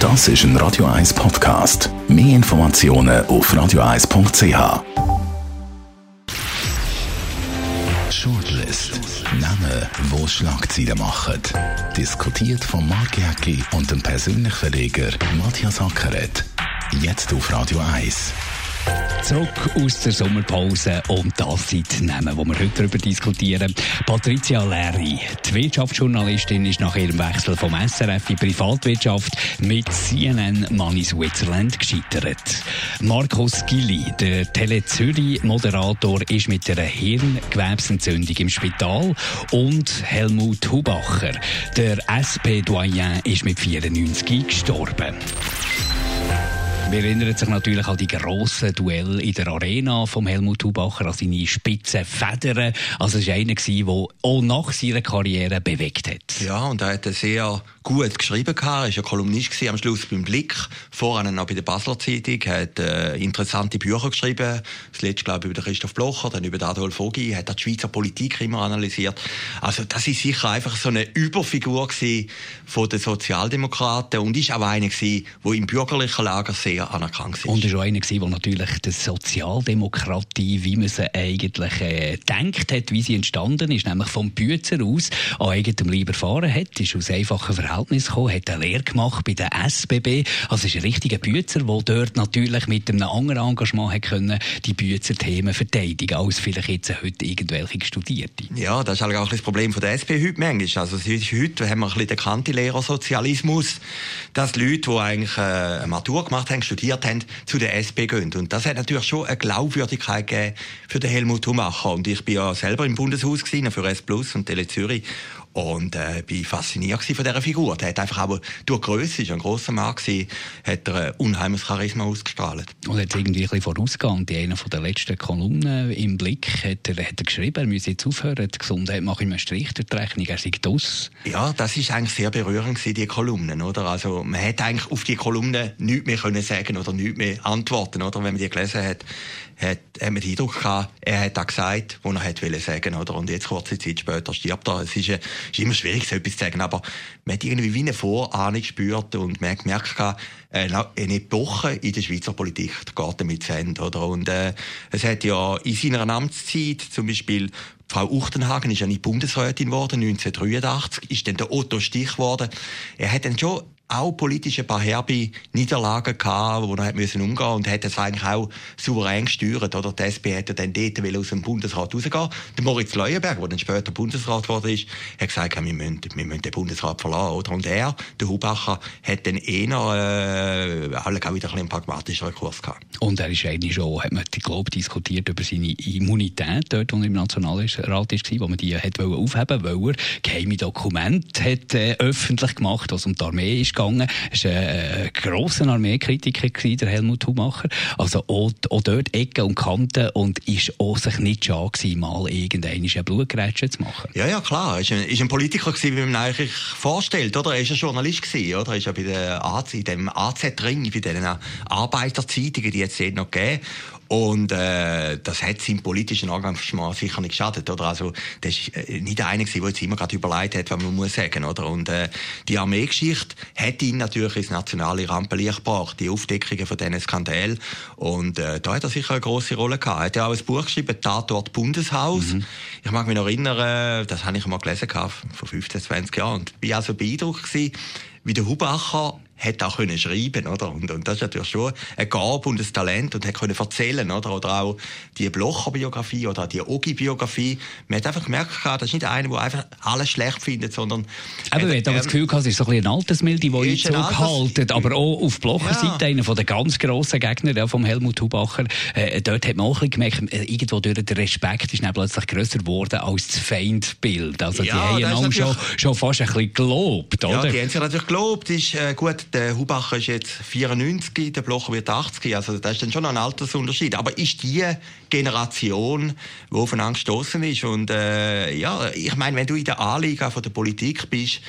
Das ist ein Radio 1 Podcast. Mehr Informationen auf radio1.ch. Shortlist. Namen, die Schlagzeilen machen. Diskutiert von Marc Jäcki und dem persönlichen Verleger Matthias Ackeret. Jetzt auf Radio 1. Zurück aus der Sommerpause und das sind die Namen, die wir heute darüber diskutieren. Patricia Leri, die Wirtschaftsjournalistin, ist nach ihrem Wechsel vom SRF in Privatwirtschaft mit CNN Money Switzerland gescheitert. Markus Gilli, der Tele Zürich Moderator, ist mit einer Hirngewebsentzündung im Spital. Und Helmut Hubacher, der SP-Doyen, ist mit 94 gestorben. Wir erinnern sich natürlich an die grossen Duelle in der Arena von Helmut Hubacher, an seine spitzen Federn. Also es war einer, der auch nach seiner Karriere bewegt hat. Ja, und er hat sehr gut geschrieben. Er war ja Kolumnist am Schluss beim Blick, vorher noch bei der Basler Zeitung. Er hat interessante Bücher geschrieben. Das letzte, glaube ich, über Christoph Blocher, dann über Adolf Vogi. Er hat die Schweizer Politik immer analysiert. Also das ist sicher einfach so eine Überfigur von den Sozialdemokraten und ist auch einer, der im bürgerlichen Lager sehr anerkannt ist. Und er war auch einer, der natürlich die Sozialdemokratie, wie man sie eigentlich gedacht hat, wie sie entstanden ist, nämlich vom Büzer aus an eigenem Leib erfahren hat, ist aus einfachen Verhältnissen gekommen, hat eine Lehre gemacht bei der SBB. Also ist ein richtiger Büzer, der dort natürlich mit einem anderen Engagement hat können, die Büzer Themen verteidigen, als vielleicht jetzt heute irgendwelche Studierte. Ja, das ist halt auch das Problem von der SP heute manchmal. Also heute haben wir ein bisschen den Kantilehrersozialismus, dass Leute, die eigentlich eine Matur gemacht haben, studiert haben, zu der SP gehen. Und das hat natürlich schon eine Glaubwürdigkeit gegeben für den Helmut Hubacher. Und ich bin ja selber im Bundeshaus gewesen, für S Plus und Tele Zürich. Und bin fasziniert von dieser Figur. Der hat einfach auch durch Grösse, ist ein grosser Mann gewesen, hat er ein unheimliches Charisma ausgestrahlt. Und hat irgendwie ein bisschen vorausgegangen. In einer der letzten Kolumnen im Blick hat er geschrieben, er müsse jetzt aufhören, die Gesundheit mache ich mir einen Strich durch die Rechnung, er sei das. Ja, das ist eigentlich sehr berührend gewesen, die Kolumnen, oder? Also, man hätte eigentlich auf die Kolumnen nichts mehr können sagen oder nichts mehr antworten, oder? Wenn man die gelesen hat, hat man den Eindruck gehabt, er hat das gesagt, was er hätte sagen wollen, oder? Und jetzt, kurze Zeit später, stirbt er. Es ist immer schwierig, so etwas zu sagen, aber man hat irgendwie wie eine Vorahnung gespürt und man hat gemerkt, eine Epoche in der Schweizer Politik geht damit zu Ende, oder? Und es hat ja in seiner Amtszeit zum Beispiel Frau Uchtenhagen ist ja nicht Bundesrätin geworden, 1983, ist dann der Otto Stich geworden. Er hat dann schon auch politisch ein paar herbe Niederlagen gehabt, wo er umgehen musste und hat das eigentlich auch souverän gesteuert, oder? Die SP hätte dann dort aus dem Bundesrat rausgehen. Der Moritz Leuenberg, der dann später Bundesrat geworden ist, hat gesagt, wir müssen den Bundesrat verlassen, oder? Und er, der Hubacher, hat dann eher auch wieder ein bisschen pragmatischeren Kurs gehabt. Und er ist eigentlich schon, hat man, glaube ich, diskutiert über seine Immunität, dort, wo er im Nationalrat war, wo man die hat aufheben wollte, weil er geheime Dokumente hat öffentlich gemacht, was um die Armee ist gegangen. Er war ein grosser Armeekritiker, der Helmut Hubacher. Also auch dort Ecken und Kanten und ist auch sich nicht schade gewesen, mal irgendeine Blutgrätsche zu machen. Ja, klar. Er ist ein Politiker gewesen, wie man ihn eigentlich vorstellt, oder? Er ist ein Journalist gewesen, oder? Er ist ja bei in dem AZ-Ring, bei den Arbeiterzeitungen, die jetzt noch gegeben. Und das hat seinem politischen Engagement sicher nicht geschadet, oder? Also das ist nicht einer gewesen, der jetzt immer gerade überlegt hat, was man muss sagen, oder? Und die Armeegeschichte hat ihn natürlich ins nationale Rampenlicht gebracht, die Aufdeckungen von diesen Skandalen. Und da hat er sicher eine grosse Rolle gehabt. Er hat ja auch ein Buch geschrieben, Tatort Bundeshaus. Mhm. Ich mag mich noch erinnern, das habe ich mal gelesen vor 15, 20 Jahren. Und bin also beeindruckt gewesen, wie der Hubacher hat auch können schreiben, oder? Und das ist natürlich schon eine Gabe und ein Talent und hat können erzählen, oder? Oder auch die Blocher-Biografie oder die Ogi-Biografie. Man hat einfach gemerkt, das ist nicht einer, der einfach alles schlecht findet, sondern... Aber man hat aber das Gefühl gehabt, es ist so ein bisschen eine Altersmilde, die ihn zurückhaltet. Aber auch auf Blocher-Seite, einer der ganz grossen Gegner vom Helmut Hubacher, dort hat man auch ein bisschen gemerkt, irgendwo durch den Respekt ist dann plötzlich grösser geworden als das Feindbild. Also die haben einander schon fast ein bisschen gelobt, oder? Ja, die haben sich natürlich gelobt. Ist, gut, der Hubacher ist jetzt 94, der Blocher wird 80, also das ist dann schon ein Altersunterschied. Aber ist die Generation, die aufeinander gestossen ist und ich meine, wenn du in der A-Liga von der Politik bist,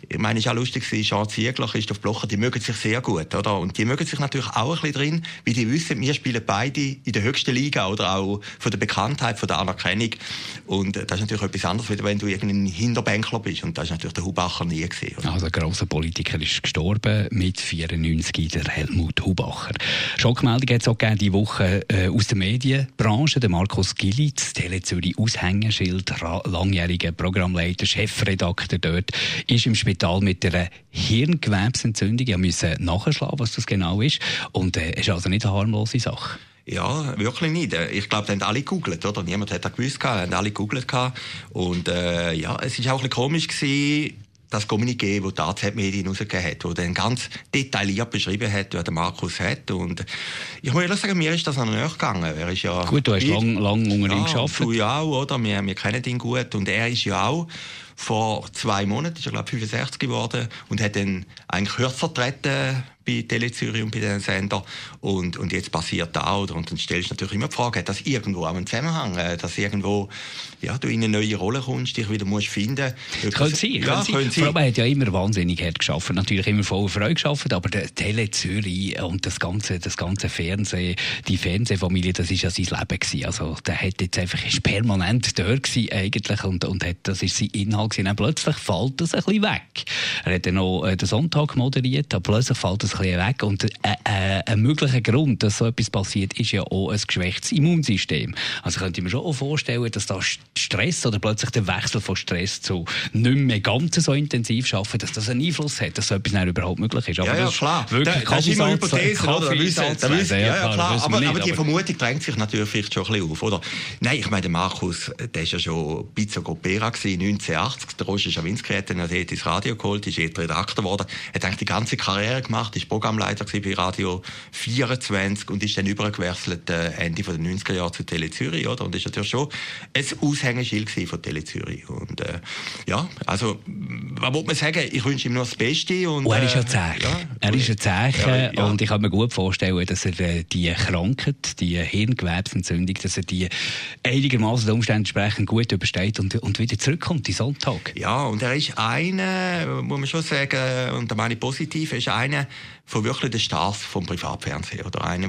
ich meine, es war auch lustig, Jean Ziegler, Christoph Blocher, die mögen sich sehr gut, oder? Und die mögen sich natürlich auch ein bisschen drin, weil die wissen, wir spielen beide in der höchsten Liga, oder auch von der Bekanntheit, von der Anerkennung. Und das ist natürlich etwas anderes, als wenn du irgendein Hinterbänkler bist. Und das ist natürlich der Hubacher nie gewesen. Oder? Also ein grosser Politiker ist gestorben, mit 94, der Helmut Hubacher. Schockmeldung hat es auch gegeben, die Woche aus der Medienbranche. Der Markus Gillitz, Tele Zürich Aushängeschild, langjähriger Programmleiter, Chefredakteur dort, ist im Spital mit einer Hirngewebsentzündung. Ich musste nachschlagen, was das genau ist. Und es ist also nicht eine harmlose Sache. Ja, wirklich nicht. Ich glaube, die haben alle gegoogelt, oder? Niemand hat das gewusst, haben alle gegoogelt. Und ja, es war auch ein bisschen komisch gewesen, das Kommuniqué, das die AZ-Medien rausgegeben hat, das dann ganz detailliert beschrieben hat, was der Markus hat. Und ich muss ehrlich sagen, mir ist das noch nicht gegangen. Er ist ja gut, du hast lange unter ihm gearbeitet. Du ja auch, oder? Wir kennen ihn gut. Und er ist ja auch vor 2 Monaten, ist er, glaube ich, 65 geworden und hat dann eigentlich kürzer vertreten bei Tele Zürich und bei den Sender. Und jetzt passiert das auch. Und dann stellst du natürlich immer die Frage, hat das irgendwo auch einen Zusammenhang? Dass irgendwo du in eine neue Rolle kommst, dich wieder musst finden. Könnte sein. Vor allem, er hat ja immer wahnsinnig hart gearbeitet. Natürlich immer voller Freude gearbeitet, aber der Tele Zürich und das ganze Fernsehen, die Fernsehfamilie, das war ja sein Leben gewesen. Also der hat jetzt einfach, ist permanent dort gewesen eigentlich und hat, das ist sein Inhalt gewesen. Und plötzlich fällt das ein bisschen weg. Er hat dann noch den Sonntag moderiert, aber plötzlich fällt das ein bisschen weg. Und ein möglicher Grund, dass so etwas passiert, ist ja auch ein geschwächtes Immunsystem. Also könnte ich mir schon auch vorstellen, dass da Stress oder plötzlich der Wechsel von Stress zu nicht mehr ganz so intensiv arbeiten, dass das einen Einfluss hat, dass so etwas nicht überhaupt möglich ist. Aber ja, klar. Wirklich das ist immer Hypothese, oder? Ja, klar. Aber die Vermutung drängt sich natürlich vielleicht schon ein bisschen auf, oder? Nein, ich meine, der Markus, der war ja schon Pizza Gopera 1980. Der Roger Schawinski hat ihn ins Radio geholt, ist jetzt Redakteur geworden, hat eigentlich die ganze Karriere gemacht, ist Programmleiter bei Radio 24 und ist dann übergewechselt Ende der 90er Jahre zu Tele Zürich, oder? Und ist natürlich schon ein Aushängeschild von Tele Zürich. Und ja, also, was will man sagen? Ich wünsche ihm nur das Beste. Und er ist ja zäh. Er ist ein Zäh und ich kann mir gut vorstellen, dass er die Krankheit, die Hirngewebsentzündung, dass er die einigermaßen den Umständen entsprechend gut übersteht und wieder zurückkommt in Sonntag. Ja, und er ist einer, muss man schon sagen, und da meine ich positiv, er ist einer von wirklich den Stars vom Privatfernsehen. Oder einer,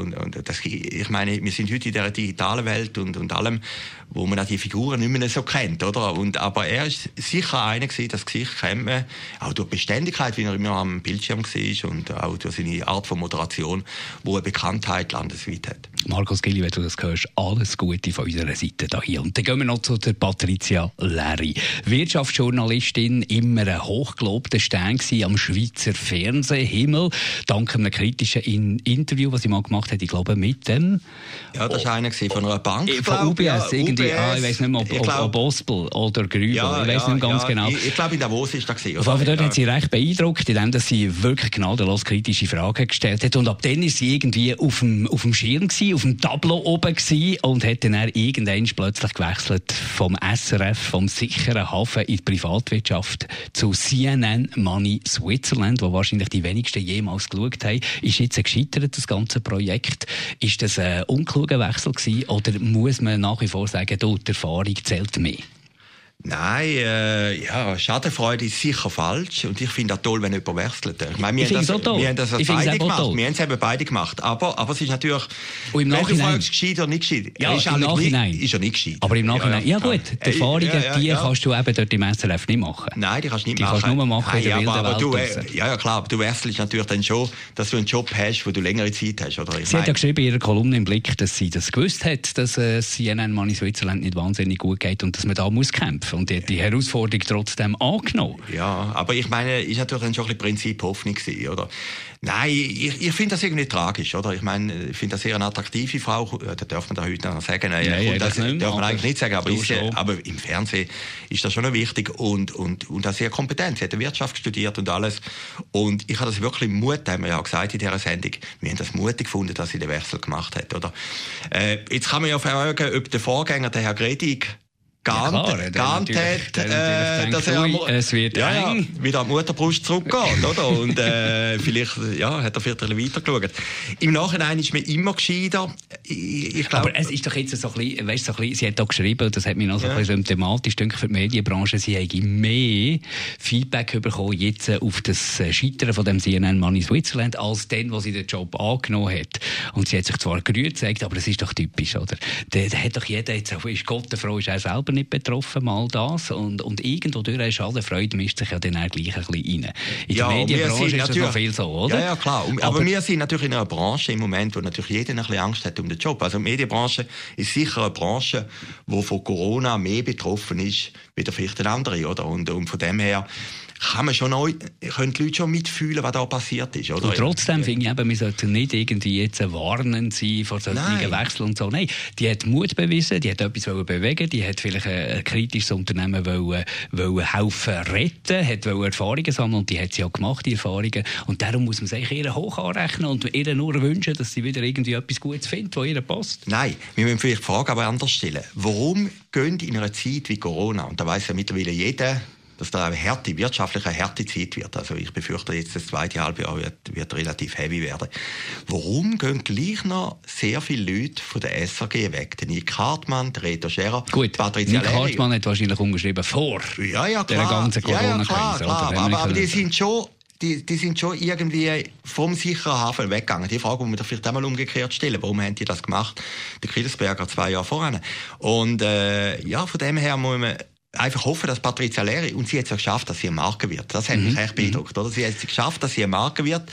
ich meine, wir sind heute in dieser digitalen Welt und allem, wo man auch die Figuren nicht mehr so kennt, oder? Aber er ist sicher einer gewesen, das Gesicht kennt man, auch durch die Beständigkeit, wie er immer am Bildschirm war und auch durch seine Art von Moderation, wo eine Bekanntheit landesweit hat. Markus Gilli, wenn du das hörst, alles Gute von unserer Seite hier. Und dann gehen wir noch zu der Patricia Leri. Wirtschaftsjournalistin, immer ein hochgelobter Stern am Schweizer Fernsehhimmel. Dank einem kritischen Interview, was sie mal gemacht hat, ich glaube, mit dem... Ja, das war einer von einer Bank, von UBS, ja, irgendwie. Ich weiß nicht mehr, ob Ospel oder Grübel. Ja, ich weiß nicht ganz genau. Ich glaube, in Davos war das. Aber dort hat sie recht beeindruckt, indem sie wirklich gnadenlos kritische Fragen gestellt hat. Und ab dann war sie irgendwie auf dem Schirm gewesen, auf dem Tableau oben gewesen, und hat dann irgendwann plötzlich gewechselt vom SRF, vom sicheren Hafen in die Privatwirtschaft zu CNN Money Switzerland, wo wahrscheinlich die wenigsten jemals geschaut haben. Ist jetzt gescheitert, das ganze Projekt? Ist das ein unkluger Wechsel gewesen, oder muss man nach wie vor sagen, die Erfahrung zählt mehr? Nein, Schadenfreude ist sicher falsch. Und ich finde es toll, wenn jemand wechselt. Ich meine, wir haben das beide gemacht. Wir haben es eben beide gemacht. Aber es ist natürlich... Und im Nachhinein... Wenn du fragst, gescheit oder nicht gescheit? Ja, im Nachhinein. Ist er nicht gescheit. Aber im Nachhinein... Ja gut, die Erfahrungen, die kannst du eben dort im SRF nicht machen. Nein, die kannst du nicht machen. Die kannst du nur machen in der wilden Welt. Ja, klar, aber du wechselst natürlich dann schon, dass du einen Job hast, wo du längere Zeit hast. Oder? Sie hat ja geschrieben in ihrer Kolumne im Blick, dass sie das gewusst hat, dass CNN Money Switzerland nicht wahnsinnig gut geht und dass man da muss kämpfen. Und die Herausforderung trotzdem angenommen. Ja, aber ich meine, ist natürlich dann schon ein bisschen Prinzip Hoffnung gewesen, oder? Nein, ich finde das irgendwie tragisch, oder? Ich meine, ich finde das sehr eine attraktive Frau. Da darf man da heute noch sagen. Nein, das darf man eigentlich nicht sagen, aber im Fernsehen ist das schon noch wichtig und auch sehr kompetent. Sie hat Wirtschaft studiert und alles. Und ich habe das wirklich Mut, haben wir ja gesagt in dieser Sendung. Wir haben das mutig gefunden, dass sie den Wechsel gemacht hat, oder? Jetzt kann man ja fragen, ob der Vorgänger, der Herr Gredig, geahnt hat, dass es wird wieder an die Mutterbrust zurückgeht, oder? Und vielleicht hat er vielleicht ein bisschen weitergeschaut. Im Nachhinein ist mir immer gescheiter. Ich glaub, aber es ist doch jetzt so ein bisschen, weißt, so ein bisschen, sie hat auch geschrieben, das hat mich noch so ein bisschen symptomatisch gedacht für die Medienbranche, sie hätten mehr Feedback bekommen jetzt auf das Scheitern von dem CNN-Mann in Switzerland, als dann, wo sie den Job angenommen hat. Und sie hat sich zwar gerührt gezeigt, aber es ist doch typisch, oder? Der hat doch jeder jetzt auch, ist Gott, der Frau ist er selber nicht betroffen, mal das. Und irgendwo durch eine Schadenfreude mischt sich ja dann auch gleich ein bisschen rein. In der Medienbranche ist das noch viel so, oder? Ja, klar. Aber wir sind natürlich in einer Branche im Moment, wo natürlich jeder ein bisschen Angst hat um den Job. Also die Medienbranche ist sicher eine Branche, die von Corona mehr betroffen ist, wie vielleicht eine andere, oder? Und von dem her können die Leute schon mitfühlen, was da passiert ist, oder? Und trotzdem finde ich eben, wir sollten nicht irgendwie jetzt warnend sein vor solchen Wechseln und so. Nein, die hat Mut bewiesen, die hat etwas bewegen, die hat vielleicht ein kritisches Unternehmen wollen helfen retten, hat Erfahrungen sammeln und die hat sie auch gemacht, die Erfahrungen. Und darum muss man sich ihr hoch anrechnen und ihr nur wünschen, dass sie wieder irgendwie etwas Gutes findet, was ihr passt. Nein, wir müssen vielleicht die Frage aber anders stellen. Warum gehen in einer Zeit wie Corona, und da weiss ja mittlerweile jeder, dass da eine wirtschaftliche harte Zeit wird. Also ich befürchte jetzt, das zweite Halbjahr wird relativ heavy werden. Warum gehen gleich noch sehr viele Leute von der SRG weg? Der Nick Hartmann, der Reto Scherer, Patricia Nick Hartmann hat wahrscheinlich unterschrieben vor der ganzen Corona-Krise. Aber die sind schon... Die sind schon irgendwie vom sicheren Hafen weggegangen. Die Frage, die wir vielleicht einmal umgekehrt stellen. Warum haben die das gemacht? Der Killesberger 2 Jahre voran. Und von dem her muss man einfach hoffen, dass Patricia Leri, und sie hat es ja geschafft, dass sie eine Marke wird. Das hat mich echt beeindruckt, oder? Sie hat es geschafft, dass sie eine Marke wird.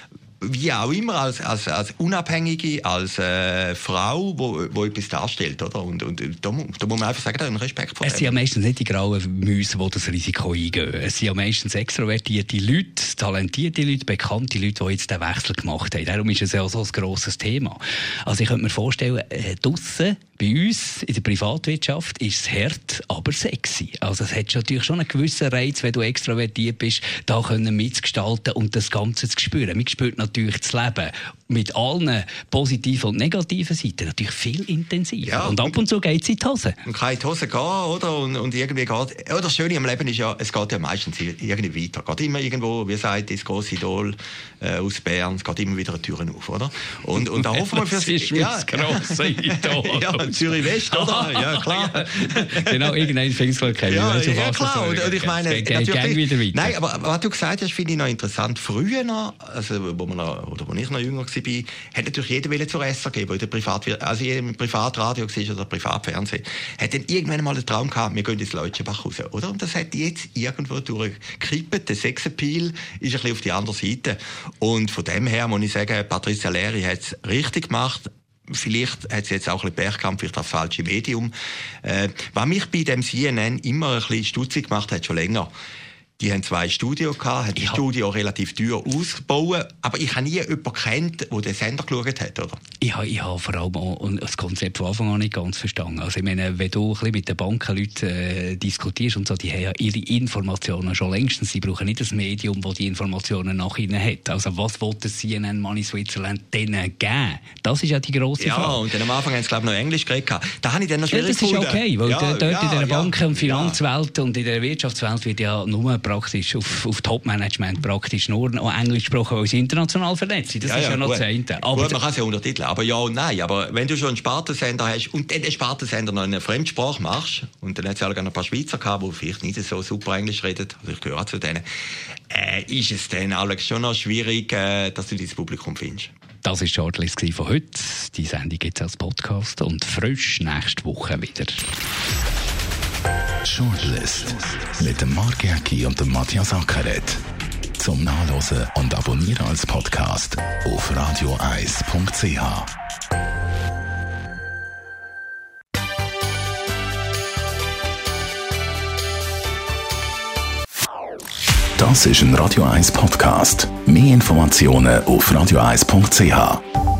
Wie auch immer, als Unabhängige, als Frau, die etwas darstellt, oder? Und da muss man einfach sagen, da habe ich Respekt vor. Es sind ja meistens nicht die grauen Mäuse, die das Risiko eingehen. Es sind ja meistens extrovertierte Leute, talentierte Leute, bekannte Leute, die jetzt den Wechsel gemacht haben. Darum ist es ja so ein grosses Thema. Also ich könnte mir vorstellen, draussen bei uns in der Privatwirtschaft ist es hart, aber sexy. Also es hat natürlich schon einen gewissen Reiz, wenn du extrovertiert bist, da können mitgestalten und das Ganze zu spüren. Man spürt natürlich das Leben mit allen positiven und negativen Seiten natürlich viel intensiver. Ja, und ab und zu geht es in die Hose. Man kann in die Hose gehen, oder? Und irgendwie geht... Ja, das Schöne am Leben ist ja, es geht ja meistens irgendwie weiter. Es geht immer irgendwo, wie sagt das grosse Idol aus Bern, es geht immer wieder eine Türen auf, oder? Und da hoffen wir für sich... Das grosse Idol. Ja, Zürich West, oder? Ja, klar. Genau, irgendein Pfingstler kennen. Ja, klar. Und ich meine... Geht wieder weiter. Nein, aber was du gesagt hast, finde ich noch interessant. Früher noch, also wo ich noch jünger war, hat natürlich jeder zur SRG, wo also jeder im Privatradio war oder Privatfernsehen, hat dann irgendwann mal den Traum gehabt, wir gehen ins Leutschenbach raus, oder? Und das hat jetzt irgendwo durchgekippt. Der Sexappeal ist ein bisschen auf die andere Seite. Und von dem her muss ich sagen, Patricia Leri hat es richtig gemacht. Vielleicht hat sie jetzt auch ein bisschen Pech gehabt, vielleicht das falsche Medium. Was mich bei dem CNN immer ein bisschen stutzig gemacht hat, schon länger. Die haben 2 Studios gehabt, haben die Studio relativ teuer ausgebaut, aber ich habe nie jemanden kennt, der den Sender geschaut hat, oder? Ich habe vor allem auch das Konzept von Anfang an nicht ganz verstanden. Also ich meine, wenn du ein bisschen mit den Bankenleuten diskutierst und so, die haben ja ihre Informationen schon längstens. Sie brauchen nicht das Medium, das die Informationen nach ihnen hat. Also was will das CNN-Mann in Switzerland denen geben? Das ist ja die grosse Frage. Ja, und dann am Anfang haben sie, glaube ich, noch Englisch geredet. Da habe ich dann noch schwierig gefunden. Das ist okay, weil dort in der Banken- und Finanzwelt und in der Wirtschaftswelt wird ja nur praktisch auf Top-Management praktisch nur noch Englisch gesprochen, weil sie international vernetzt sind. Das ist ja noch das eine. Aber gut, man kann es ja untertiteln. Aber ja und nein. Aber wenn du schon einen Spartensender hast und dann den Spartensender noch in einer Fremdsprache machst, und dann hat es ja auch ein paar Schweizer gehabt, die vielleicht nicht so super Englisch reden, also ich gehöre zu denen, ist es dann Alex schon noch schwierig, dass du dieses Publikum findest. Das war die Shortlist von heute. Die Sendung gibt es als Podcast und frisch nächste Woche wieder. Shortlist mit dem Mark Jäcki und dem Matthias Ackeret. Zum Nachlesen und Abonnieren als Podcast auf radio1.ch. Das ist ein Radio 1 Podcast. Mehr Informationen auf radio1.ch.